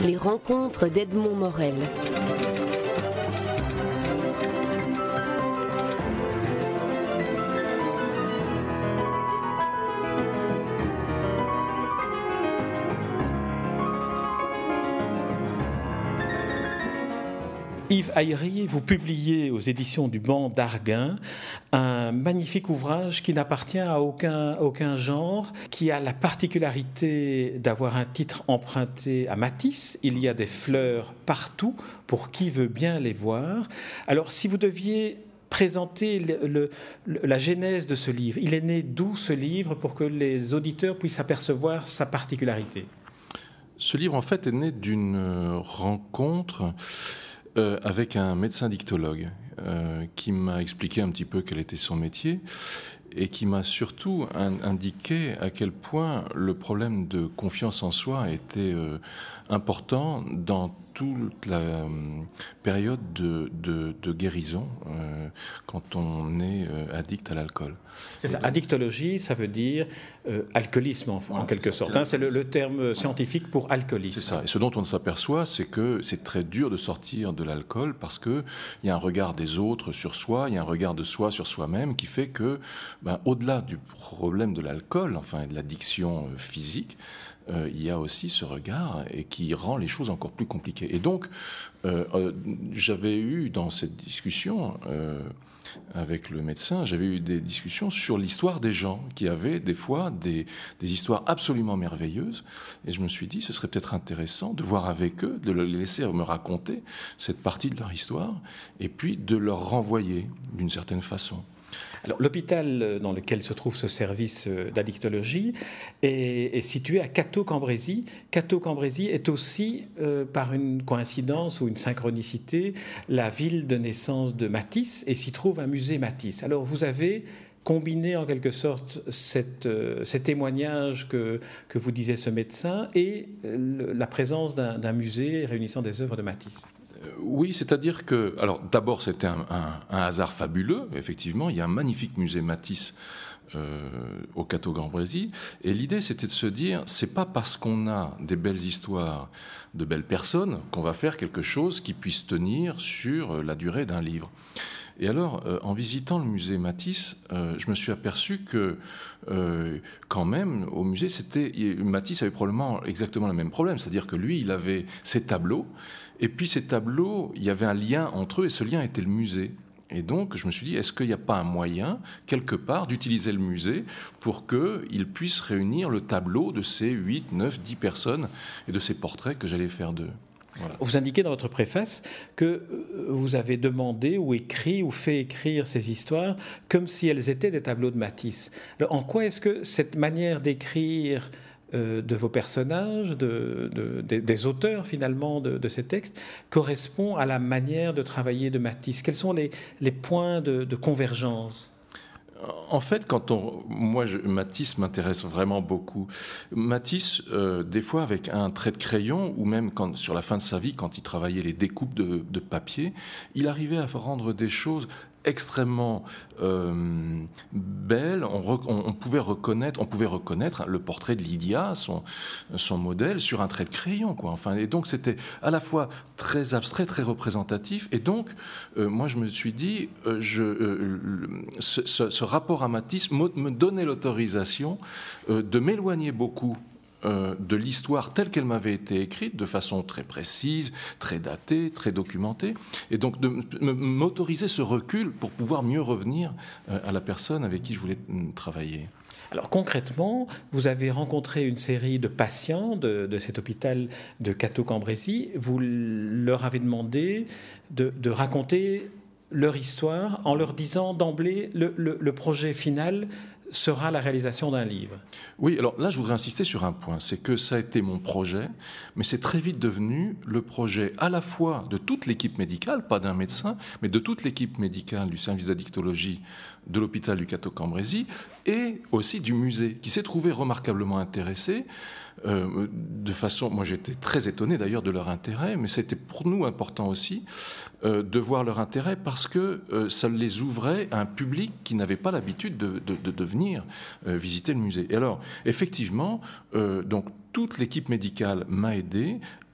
Les rencontres d'Edmond Morel. Yves Ayry, vous publiez aux éditions du Banc d'Arguin un magnifique ouvrage qui n'appartient à aucun genre, qui a la particularité d'avoir un titre emprunté à Matisse. Il y a des fleurs partout pour qui veut bien les voir. Alors, si vous deviez présenter la genèse de ce livre, il est né d'où ce livre pour que les auditeurs puissent apercevoir sa particularité? Ce livre, en fait, est né d'une rencontre avec un médecin dictologue qui m'a expliqué un petit peu quel était son métier et qui m'a surtout indiqué à quel point le problème de confiance en soi était important dans toute la période de guérison quand on est addict à l'alcool. C'est ça, addictologie, ça veut dire alcoolisme en quelque sorte. C'est le terme scientifique pour alcoolisme. C'est ça, et ce dont on s'aperçoit, c'est que c'est très dur de sortir de l'alcool parce qu'il y a un regard des autres sur soi, il y a un regard de soi sur soi-même qui fait que, au-delà du problème de l'alcool, et de l'addiction physique, il y a aussi ce regard et qui rend les choses encore plus compliquées. Et donc, j'avais eu dans cette discussion avec le médecin, j'avais eu des discussions sur l'histoire des gens qui avaient des fois des histoires absolument merveilleuses. Et je me suis dit, ce serait peut-être intéressant de voir avec eux, de les laisser me raconter cette partie de leur histoire et puis de leur renvoyer d'une certaine façon. Alors, l'hôpital dans lequel se trouve ce service d'addictologie est situé à Cateau-Cambrésis. Cateau-Cambrésis est aussi, par une coïncidence ou une synchronicité, la ville de naissance de Matisse, et s'y trouve un musée Matisse. Alors, vous avez combiné en quelque sorte ces témoignages que vous disait ce médecin et la présence d'un musée réunissant des œuvres de Matisse. Oui, c'est-à-dire que, alors d'abord c'était un hasard fabuleux, effectivement, il y a un magnifique musée Matisse au Cateau-Cambrésis, et l'idée c'était de se dire, c'est pas parce qu'on a des belles histoires de belles personnes qu'on va faire quelque chose qui puisse tenir sur la durée d'un livre. Et alors, en visitant le musée Matisse, je me suis aperçu que, quand même, au musée, Matisse avait probablement exactement le même problème. C'est-à-dire que lui, il avait ses tableaux, et puis ces tableaux, il y avait un lien entre eux, et ce lien était le musée. Et donc, je me suis dit, est-ce qu'il n'y a pas un moyen, quelque part, d'utiliser le musée pour qu'il puisse réunir le tableau de ces 8, 9, 10 personnes et de ces portraits que j'allais faire d'eux? Voilà. Vous indiquez dans votre préface que vous avez demandé ou écrit ou fait écrire ces histoires comme si elles étaient des tableaux de Matisse. Alors, en quoi est-ce que cette manière d'écrire de vos personnages, des auteurs finalement de ces textes, correspond à la manière de travailler de Matisse? Quels sont les points de convergence? En fait, Matisse m'intéresse vraiment beaucoup. Matisse, des fois avec un trait de crayon, ou même sur la fin de sa vie, quand il travaillait les découpes de papier, il arrivait à rendre des choses extrêmement belle. On pouvait reconnaître le portrait de Lydia, son modèle, sur un trait de crayon, quoi. Et donc c'était à la fois très abstrait, très représentatif. Et donc moi je me suis dit, ce rapport à Matisse me donnait l'autorisation de m'éloigner beaucoup de l'histoire telle qu'elle m'avait été écrite, de façon très précise, très datée, très documentée, et donc de m'autoriser ce recul pour pouvoir mieux revenir à la personne avec qui je voulais travailler. Alors concrètement, vous avez rencontré une série de patients de cet hôpital de Cateau-Cambrésis. Vous leur avez demandé de raconter leur histoire en leur disant d'emblée le projet final sera la réalisation d'un livre. Oui, alors là, je voudrais insister sur un point, c'est que ça a été mon projet, mais c'est très vite devenu le projet à la fois de toute l'équipe médicale, pas d'un médecin, mais de toute l'équipe médicale du service d'addictologie de l'hôpital du Cateau-Cambrésis et aussi du musée, qui s'est trouvé remarquablement intéressé. De façon, moi j'étais très étonné d'ailleurs de leur intérêt, mais c'était pour nous important aussi de voir leur intérêt parce que ça les ouvrait à un public qui n'avait pas l'habitude de venir visiter le musée. Et alors, effectivement, donc toute l'équipe médicale m'a aidé,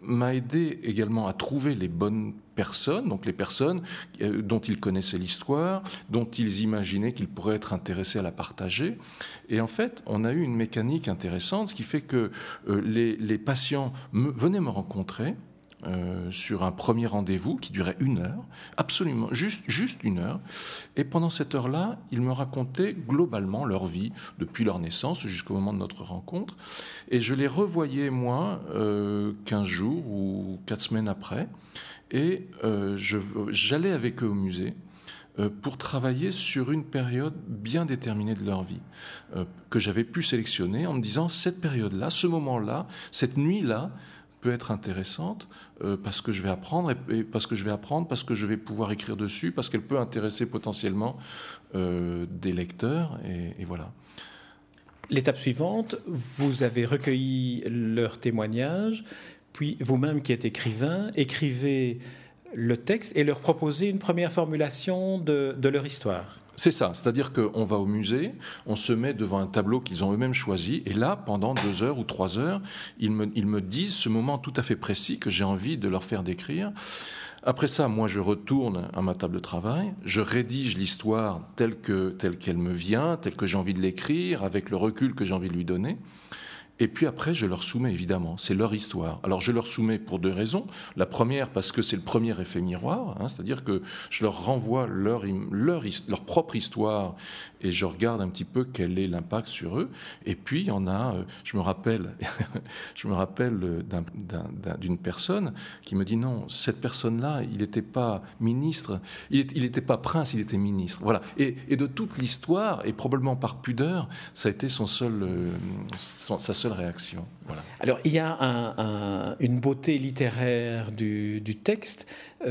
m'a aidé également à trouver les bonnes personnes, donc les personnes dont ils connaissaient l'histoire, dont ils imaginaient qu'ils pourraient être intéressés à la partager. Et en fait, on a eu une mécanique intéressante, ce qui fait que les patients venaient me rencontrer sur un premier rendez-vous qui durait 1 heure, absolument, juste 1 heure. Et pendant cette heure-là, ils me racontaient globalement leur vie, depuis leur naissance jusqu'au moment de notre rencontre. Et je les revoyais, moi, 15 jours ou 4 semaines après. Et j'allais avec eux au musée pour travailler sur une période bien déterminée de leur vie, que j'avais pu sélectionner en me disant, cette période-là, ce moment-là, cette nuit-là, peut être intéressante parce que je vais apprendre parce que je vais pouvoir écrire dessus, parce qu'elle peut intéresser potentiellement des lecteurs et voilà. L'étape suivante, vous avez recueilli leurs témoignages, puis vous-même qui êtes écrivain, écrivez le texte et leur proposez une première formulation de leur histoire. C'est ça, c'est-à-dire qu'on va au musée, on se met devant un tableau qu'ils ont eux-mêmes choisi, et là, pendant 2 heures ou 3 heures, ils me disent ce moment tout à fait précis que j'ai envie de leur faire décrire. Après ça, moi, je retourne à ma table de travail, je rédige l'histoire telle qu'elle me vient, telle que j'ai envie de l'écrire, avec le recul que j'ai envie de lui donner. Et puis après, je leur soumets, évidemment, c'est leur histoire. Alors je leur soumets pour 2 raisons. La première, parce que c'est le premier effet miroir, c'est-à-dire que je leur renvoie leur propre histoire et je regarde un petit peu quel est l'impact sur eux. Et puis il y en a, je me rappelle d'une personne qui me dit non, cette personne-là, il n'était pas ministre, il n'était pas prince, il était ministre. Voilà. Et de toute l'histoire, et probablement par pudeur, ça a été sa seule réaction. Voilà. Alors, il y a une beauté littéraire du texte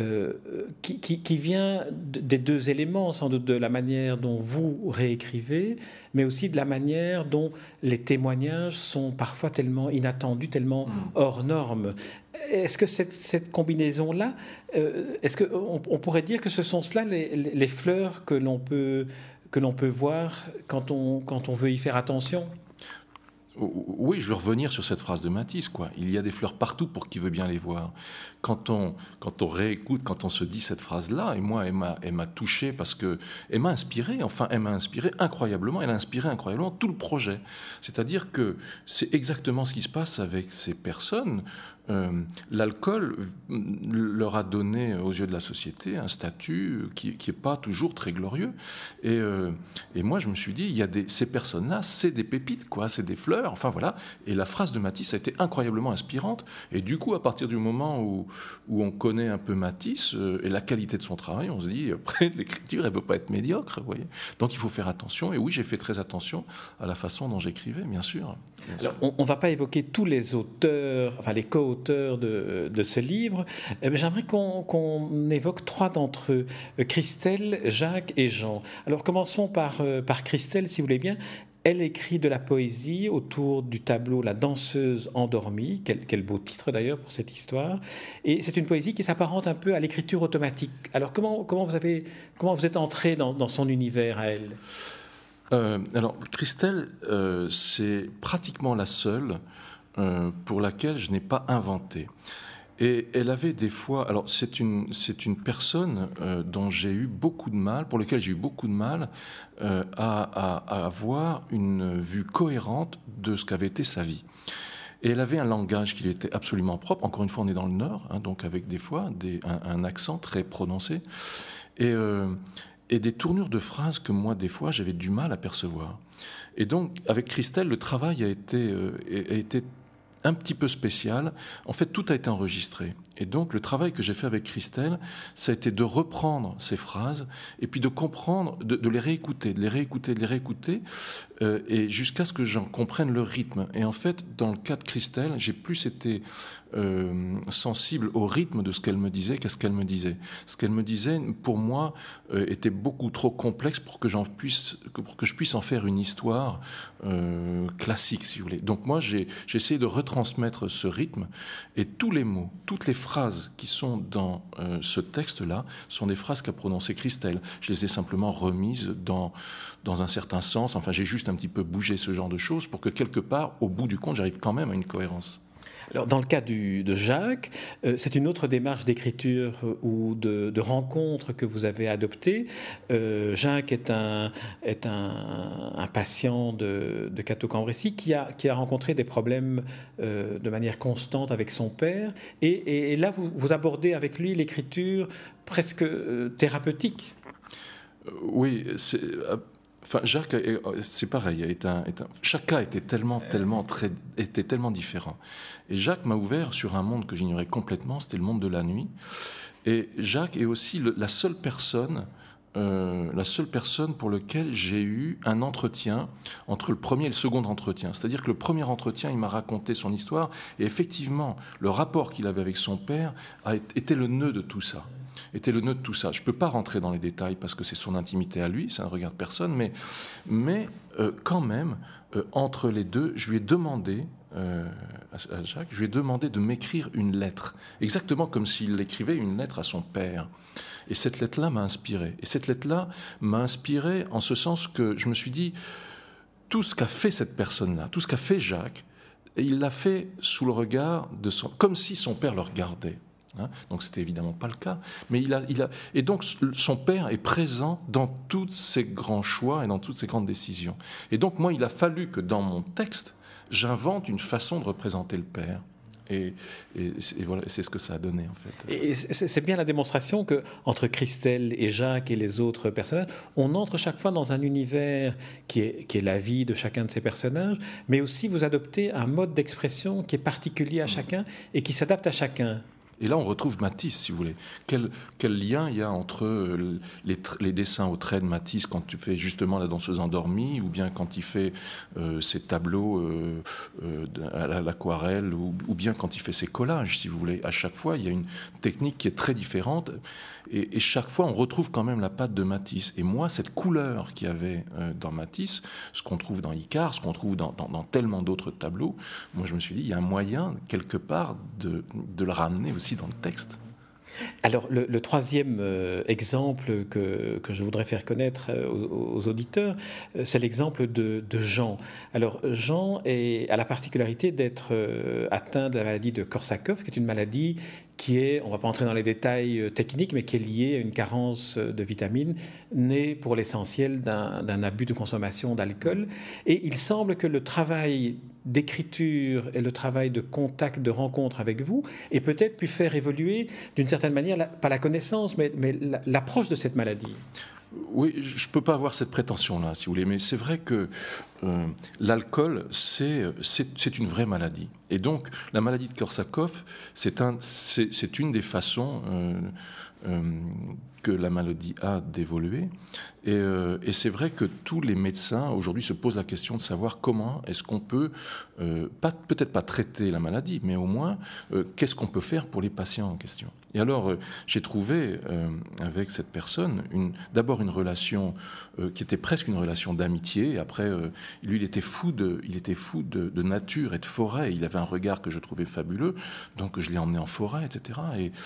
qui vient des 2 éléments, sans doute de la manière dont vous réécrivez, mais aussi de la manière dont les témoignages sont parfois tellement inattendus, tellement hors normes. Est-ce que cette combinaison-là, est-ce qu'on pourrait dire que ce sont cela les fleurs que l'on peut voir quand on veut y faire attention ? Oui, je veux revenir sur cette phrase de Matisse, quoi. Il y a des fleurs partout pour qui veut bien les voir. Quand on réécoute, quand on se dit cette phrase-là, et moi, elle m'a touché parce que elle m'a inspiré incroyablement. Elle a inspiré incroyablement tout le projet. C'est-à-dire que c'est exactement ce qui se passe avec ces personnes. L'alcool leur a donné aux yeux de la société un statut qui est pas toujours très glorieux. Et moi, je me suis dit, ces personnes-là, c'est des pépites, quoi, c'est des fleurs. Enfin voilà. Et la phrase de Matisse a été incroyablement inspirante. Et du coup, à partir du moment où on connaît un peu Matisse et la qualité de son travail, on se dit, après, l'écriture, elle ne peut pas être médiocre, vous voyez. Donc il faut faire attention. Et oui, j'ai fait très attention à la façon dont j'écrivais, bien sûr. Alors, on ne va pas évoquer tous les auteurs, enfin les co-auteurs de ce livre. J'aimerais qu'on évoque 3 d'entre eux, Christelle, Jacques et Jean. Alors commençons par Christelle, si vous voulez bien. Elle écrit de la poésie autour du tableau La danseuse endormie, quel beau titre d'ailleurs pour cette histoire. Et c'est une poésie qui s'apparente un peu à l'écriture automatique. Alors comment vous êtes entré dans son univers à elle ? Alors Christelle, c'est pratiquement la seule pour laquelle je n'ai pas inventé. Et elle avait des fois... Alors c'est une personne dont j'ai eu beaucoup de mal, pour laquelle j'ai eu beaucoup de mal à avoir une vue cohérente de ce qu'avait été sa vie. Et elle avait un langage qui lui était absolument propre. Encore une fois, on est dans le Nord, donc avec des fois un accent très prononcé. Et des tournures de phrases que moi, des fois, j'avais du mal à percevoir. Et donc, avec Christelle, le travail a été un petit peu spécial. En fait, tout a été enregistré. Et donc, le travail que j'ai fait avec Christelle, ça a été de reprendre ces phrases et puis de comprendre, de les réécouter, et jusqu'à ce que j'en comprenne le rythme. Et en fait, dans le cas de Christelle, j'ai plus été sensible au rythme de ce qu'elle me disait qu'à ce qu'elle me disait. Ce qu'elle me disait, pour moi, était beaucoup trop complexe pour que je puisse en faire une histoire classique, si vous voulez. Donc moi, j'ai essayé de retransmettre ce rythme, et tous les mots, toutes les phrases qui sont dans ce texte-là sont des phrases qu'a prononcées Christelle. Je les ai simplement remises dans un certain sens. Enfin, j'ai juste un petit peu bougé ce genre de choses pour que quelque part, au bout du compte, j'arrive quand même à une cohérence. Alors, dans le cas de Jacques, c'est une autre démarche d'écriture ou de rencontre que vous avez adoptée. Jacques est un patient de Cateau-Cambrésis qui a rencontré des problèmes de manière constante avec son père. Et là, vous abordez avec lui l'écriture presque thérapeutique. Oui, enfin, Jacques, c'est pareil. Chaque cas était tellement différent. Et Jacques m'a ouvert sur un monde que j'ignorais complètement, c'était le monde de la nuit. Et Jacques est aussi la seule personne pour laquelle j'ai eu un entretien entre le premier et le second entretien. C'est-à-dire que le premier entretien, il m'a raconté son histoire, et effectivement, le rapport qu'il avait avec son père était le nœud de tout ça. Je ne peux pas rentrer dans les détails parce que c'est son intimité à lui, ça ne regarde personne, mais quand même, entre les deux, je lui ai demandé à Jacques, je lui ai demandé de m'écrire une lettre, exactement comme s'il écrivait une lettre à son père. Et cette lettre-là m'a inspiré. Et cette lettre-là m'a inspiré en ce sens que je me suis dit, tout ce qu'a fait cette personne-là, tout ce qu'a fait Jacques, il l'a fait sous le regard comme si son père le regardait. Donc c'était évidemment pas le cas, mais et donc son père est présent dans tous ses grands choix et dans toutes ses grandes décisions. Et donc moi, il a fallu que dans mon texte, j'invente une façon de représenter le père. Et voilà, c'est ce que ça a donné en fait. Et c'est bien la démonstration que entre Christelle et Jacques et les autres personnages, on entre chaque fois dans un univers qui est la vie de chacun de ces personnages, mais aussi vous adoptez un mode d'expression qui est particulier à chacun et qui s'adapte à chacun. Et là, on retrouve Matisse, si vous voulez. Quel lien il y a entre les dessins au trait de Matisse quand tu fais justement La danseuse endormie, ou bien quand il fait ses tableaux à l'aquarelle, ou bien quand il fait ses collages, si vous voulez. À chaque fois, il y a une technique qui est très différente. Et chaque fois, on retrouve quand même la patte de Matisse. Et moi, cette couleur qu'il y avait dans Matisse, ce qu'on trouve dans Icare, ce qu'on trouve dans tellement d'autres tableaux, moi, je me suis dit, il y a un moyen, quelque part, de le ramener aussi dans le texte. Alors, le troisième exemple que je voudrais faire connaître aux auditeurs, c'est l'exemple de Jean. Alors, Jean a la particularité d'être atteint de la maladie de Korsakoff, qui est une maladie qui est, on ne va pas entrer dans les détails techniques, mais qui est liée à une carence de vitamines, née pour l'essentiel d'un abus de consommation d'alcool. Et il semble que le travail d'écriture et le travail de contact, de rencontre avec vous, ait peut-être pu faire évoluer d'une certaine manière, pas la connaissance, mais l'approche de cette maladie. Oui, je ne peux pas avoir cette prétention-là, si vous voulez, mais c'est vrai que l'alcool, c'est une vraie maladie. Et donc, la maladie de Korsakoff, c'est une des façons que la maladie a d'évoluer. Et c'est vrai que tous les médecins, aujourd'hui, se posent la question de savoir comment est-ce qu'on peut, peut-être pas traiter la maladie, mais au moins, qu'est-ce qu'on peut faire pour les patients en question. Et alors, j'ai trouvé avec cette personne d'abord une relation qui était presque une relation d'amitié. Après, lui, il était fou de nature et de forêt. Il avait un regard que je trouvais fabuleux. Donc, je l'ai emmené en forêt, etc.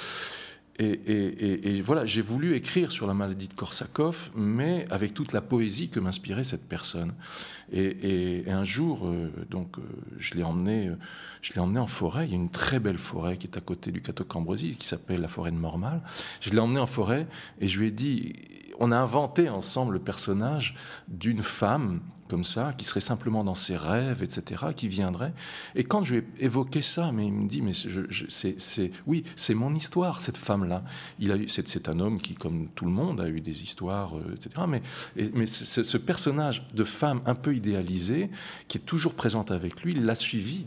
Et voilà, j'ai voulu écrire sur la maladie de Korsakoff, mais avec toute la poésie que m'inspirait cette personne. Et un jour, je l'ai emmené en forêt. Il y a une très belle forêt qui est à côté du Cateau-Cambrésis, qui s'appelle la forêt de Mormal. Je l'ai emmené en forêt et je lui ai dit, on a inventé ensemble le personnage d'une femme comme ça, qui serait simplement dans ses rêves, etc., qui viendrait. Et quand je lui ai évoqué ça, mais il me dit, mais oui, c'est mon histoire, cette femme-là. C'est un homme qui, comme tout le monde, a eu des histoires, etc. Mais ce personnage de femme un peu idéalisée, qui est toujours présente avec lui, il l'a suivi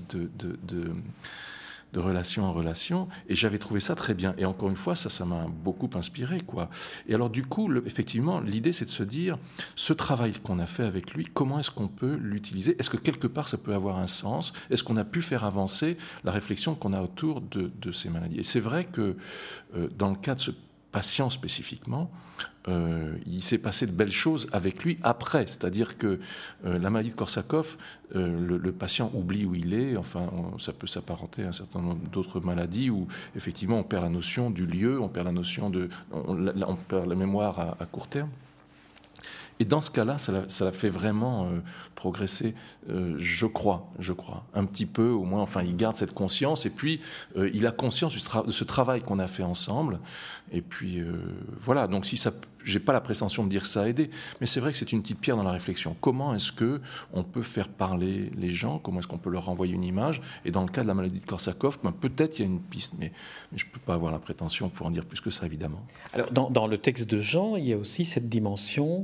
de relation en relation, et j'avais trouvé ça très bien. Et encore une fois, ça m'a beaucoup inspiré, quoi. Et alors, du coup, effectivement, l'idée, c'est de se dire, ce travail qu'on a fait avec lui, comment est-ce qu'on peut l'utiliser? Est-ce que quelque part, ça peut avoir un sens? Est-ce qu'on a pu faire avancer la réflexion qu'on a autour de ces maladies? Et c'est vrai que, dans le cas de ce patient spécifiquement, il s'est passé de belles choses avec lui après, c'est-à-dire que la maladie de Korsakoff, le patient oublie où il est, enfin ça peut s'apparenter à un certain nombre d'autres maladies où effectivement on perd la notion du lieu, on perd la notion on perd la mémoire à court terme. Et dans ce cas-là, ça l'a fait vraiment progresser, je crois, un petit peu au moins, enfin il garde cette conscience et puis il a conscience de ce travail qu'on a fait ensemble et puis voilà, donc si ça, j'ai pas la prétention de dire que ça a aidé, mais c'est vrai que c'est une petite pierre dans la réflexion. Comment est-ce que on peut faire parler les gens, comment est-ce qu'on peut leur renvoyer une image, et dans le cas de la maladie de Korsakoff, peut-être il y a une piste, mais je peux pas avoir la prétention pour en dire plus que ça évidemment. Alors dans le texte de Jean, il y a aussi cette dimension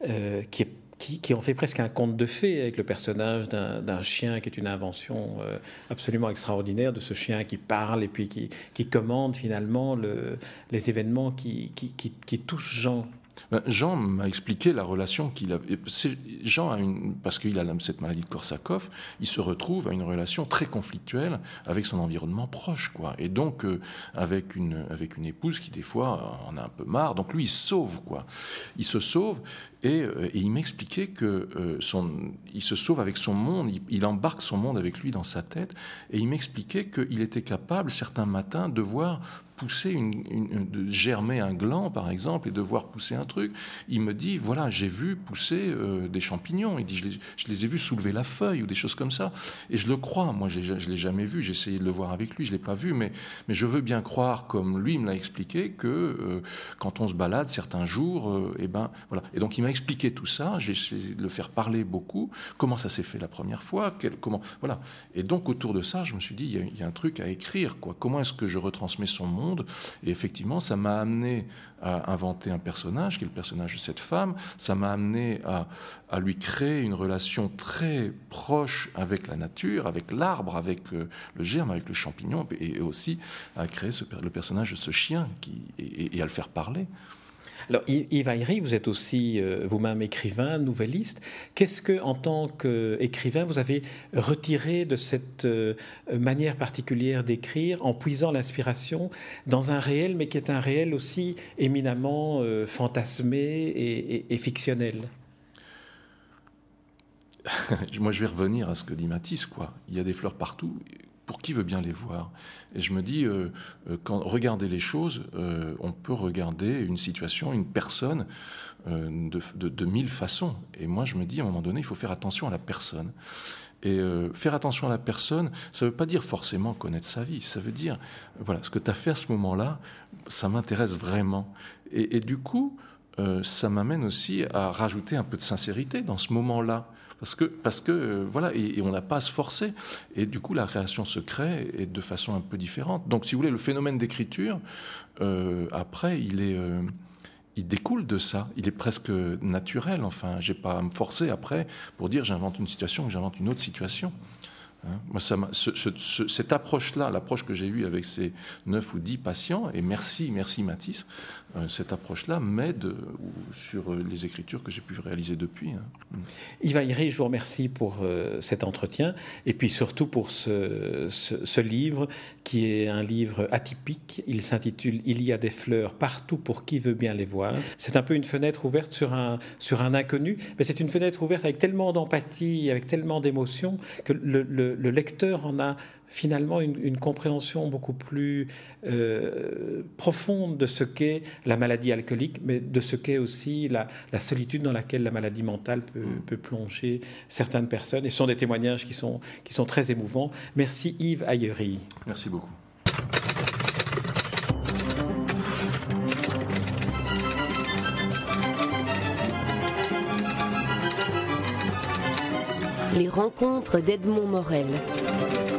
qui en fait presque un conte de fées, avec le personnage d'un chien qui est une invention absolument extraordinaire, de ce chien qui parle et puis qui commande finalement les événements qui touchent Jean. Jean m'a expliqué la relation qu'il avait. Jean parce qu'il a cette maladie de Korsakoff, il se retrouve à une relation très conflictuelle avec son environnement proche, quoi. Et donc avec une épouse qui des fois en a un peu marre. Donc lui, il se sauve, quoi. Il se sauve et il m'expliquait que il se sauve avec son monde. Il embarque son monde avec lui dans sa tête. Et il m'expliquait qu'il était capable certains matins de voir pousser de germer un gland, par exemple, et de voir pousser un truc. Il me dit, voilà, j'ai vu pousser des champignons. Il dit, je les ai vus soulever la feuille ou des choses comme ça. Et je le crois. Moi, je ne l'ai jamais vu. J'ai essayé de le voir avec lui. Je ne l'ai pas vu. Mais je veux bien croire, comme lui me l'a expliqué, que quand on se balade certains jours, voilà. Et donc, il m'a expliqué tout ça. J'ai essayé de le faire parler beaucoup. Comment ça s'est fait la première fois, voilà. Et donc, autour de ça, je me suis dit, il y a un truc à écrire, quoi. Comment est-ce que je retransmets son monde? Et effectivement, ça m'a amené à inventer un personnage, qui est le personnage de cette femme. Ça m'a amené à lui créer une relation très proche avec la nature, avec l'arbre, avec le germe, avec le champignon, et aussi à créer le personnage de ce chien et à le faire parler. Alors Yves Ayri, vous êtes aussi vous-même écrivain, nouvelliste. Qu'est-ce que, en tant qu'écrivain, vous avez retiré de cette manière particulière d'écrire, en puisant l'inspiration dans un réel, mais qui est un réel aussi éminemment fantasmé et fictionnel? Moi, je vais revenir à ce que dit Matisse, quoi. Il y a des fleurs partout. Pour qui veut bien les voir? Et je me dis, quand regarder les choses, on peut regarder une situation, une personne de mille façons. Et moi, je me dis, à un moment donné, il faut faire attention à la personne. Et faire attention à la personne, ça ne veut pas dire forcément connaître sa vie. Ça veut dire, voilà, ce que tu as fait à ce moment-là, ça m'intéresse vraiment. Et du coup, ça m'amène aussi à rajouter un peu de sincérité dans ce moment-là. Parce que voilà, et on n'a pas à se forcer. Et du coup, la création se crée et de façon un peu différente. Donc, si vous voulez, le phénomène d'écriture, après, il découle de ça. Il est presque naturel. Enfin, j'ai pas à me forcer après pour dire j'invente une situation ou j'invente une autre situation. Moi, cette approche-là, l'approche que j'ai eue avec ces 9 ou 10 patients, et merci Matisse, cette approche-là m'aide sur les écritures que j'ai pu réaliser depuis. Yves Ayri, je vous remercie pour cet entretien, et puis surtout pour ce livre, qui est un livre atypique. Il s'intitule « Il y a des fleurs partout pour qui veut bien les voir ». C'est un peu une fenêtre ouverte sur un inconnu, mais c'est une fenêtre ouverte avec tellement d'empathie, avec tellement d'émotion, que le lecteur en a finalement une compréhension beaucoup plus profonde de ce qu'est la maladie alcoolique, mais de ce qu'est aussi la solitude dans laquelle la maladie mentale peut plonger certaines personnes. Et ce sont des témoignages qui sont très émouvants. Merci Yves Ayri. Merci beaucoup. Les rencontres d'Edmond Morel.